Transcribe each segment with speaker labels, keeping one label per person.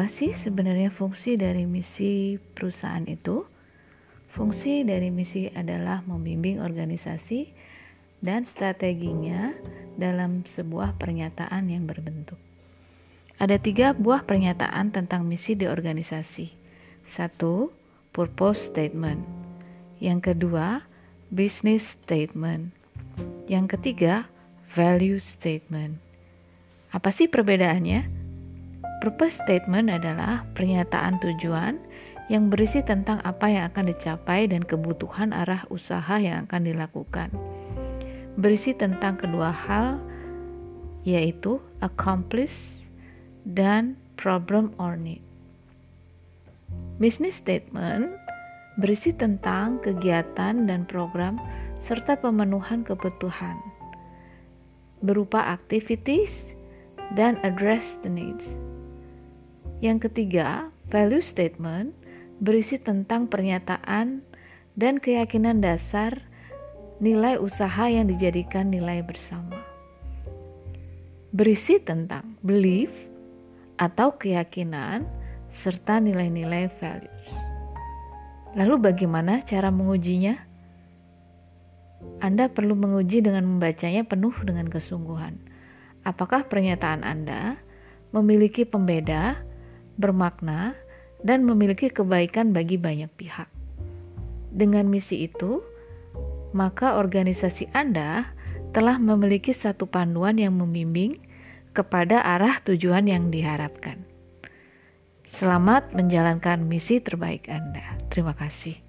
Speaker 1: sih sebenarnya fungsi dari misi perusahaan itu? Fungsi dari misi adalah membimbing organisasi dan strateginya dalam sebuah pernyataan yang berbentuk. Ada 3 buah pernyataan tentang misi di organisasi. 1. Purpose statement. Yang kedua, business statement. Yang ketiga, value statement. Apa sih perbedaannya? Purpose statement adalah pernyataan tujuan yang berisi tentang apa yang akan dicapai dan kebutuhan arah usaha yang akan dilakukan. Berisi tentang kedua hal, yaitu accomplish dan problem or need. Business statement berisi tentang kegiatan dan program serta pemenuhan kebutuhan berupa activities dan address the needs. Yang ketiga, value statement berisi tentang pernyataan dan keyakinan dasar nilai usaha yang dijadikan nilai bersama. Berisi tentang belief atau keyakinan serta nilai-nilai values. Lalu bagaimana cara mengujinya? Anda perlu menguji dengan membacanya penuh dengan kesungguhan. Apakah pernyataan Anda memiliki pembeda, bermakna, dan memiliki kebaikan bagi banyak pihak? Dengan misi itu, maka organisasi Anda telah memiliki satu panduan yang membimbing kepada arah tujuan yang diharapkan. Selamat menjalankan misi terbaik Anda. Terima kasih.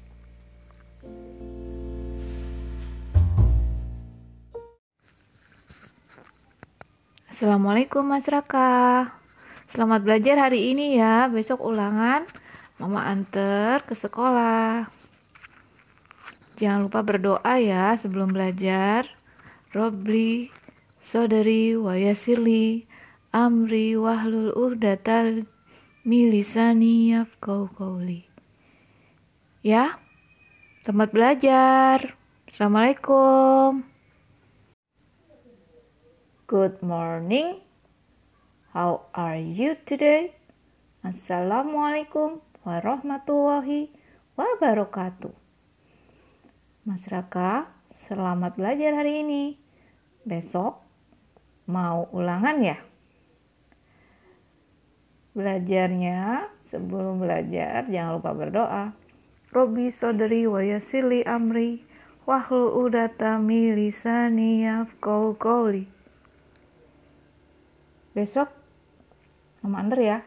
Speaker 1: Assalamualaikum Mas Raka. Selamat belajar hari ini ya. Besok ulangan Mama anter ke sekolah. Jangan lupa berdoa ya sebelum belajar. Robli, Sodari, Wayasili, Amri, Wahlul Uhdatal, Milisani, Yafqahu Qawli. Ya, selamat belajar. Assalamualaikum. Good morning. How are you today? Assalamualaikum warahmatullahi wabarakatuh. Mas Raka, selamat belajar hari ini. Besok mau ulangan ya? Belajarnya sebelum belajar jangan lupa berdoa. Robbi sodri wa yassirli amri wahlul 'uqdatam min lisani yafqahu qawli. Besok Mama antar ya.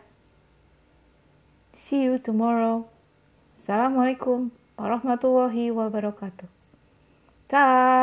Speaker 1: See you tomorrow. Assalamualaikum warahmatullahi wabarakatuh. Ciao.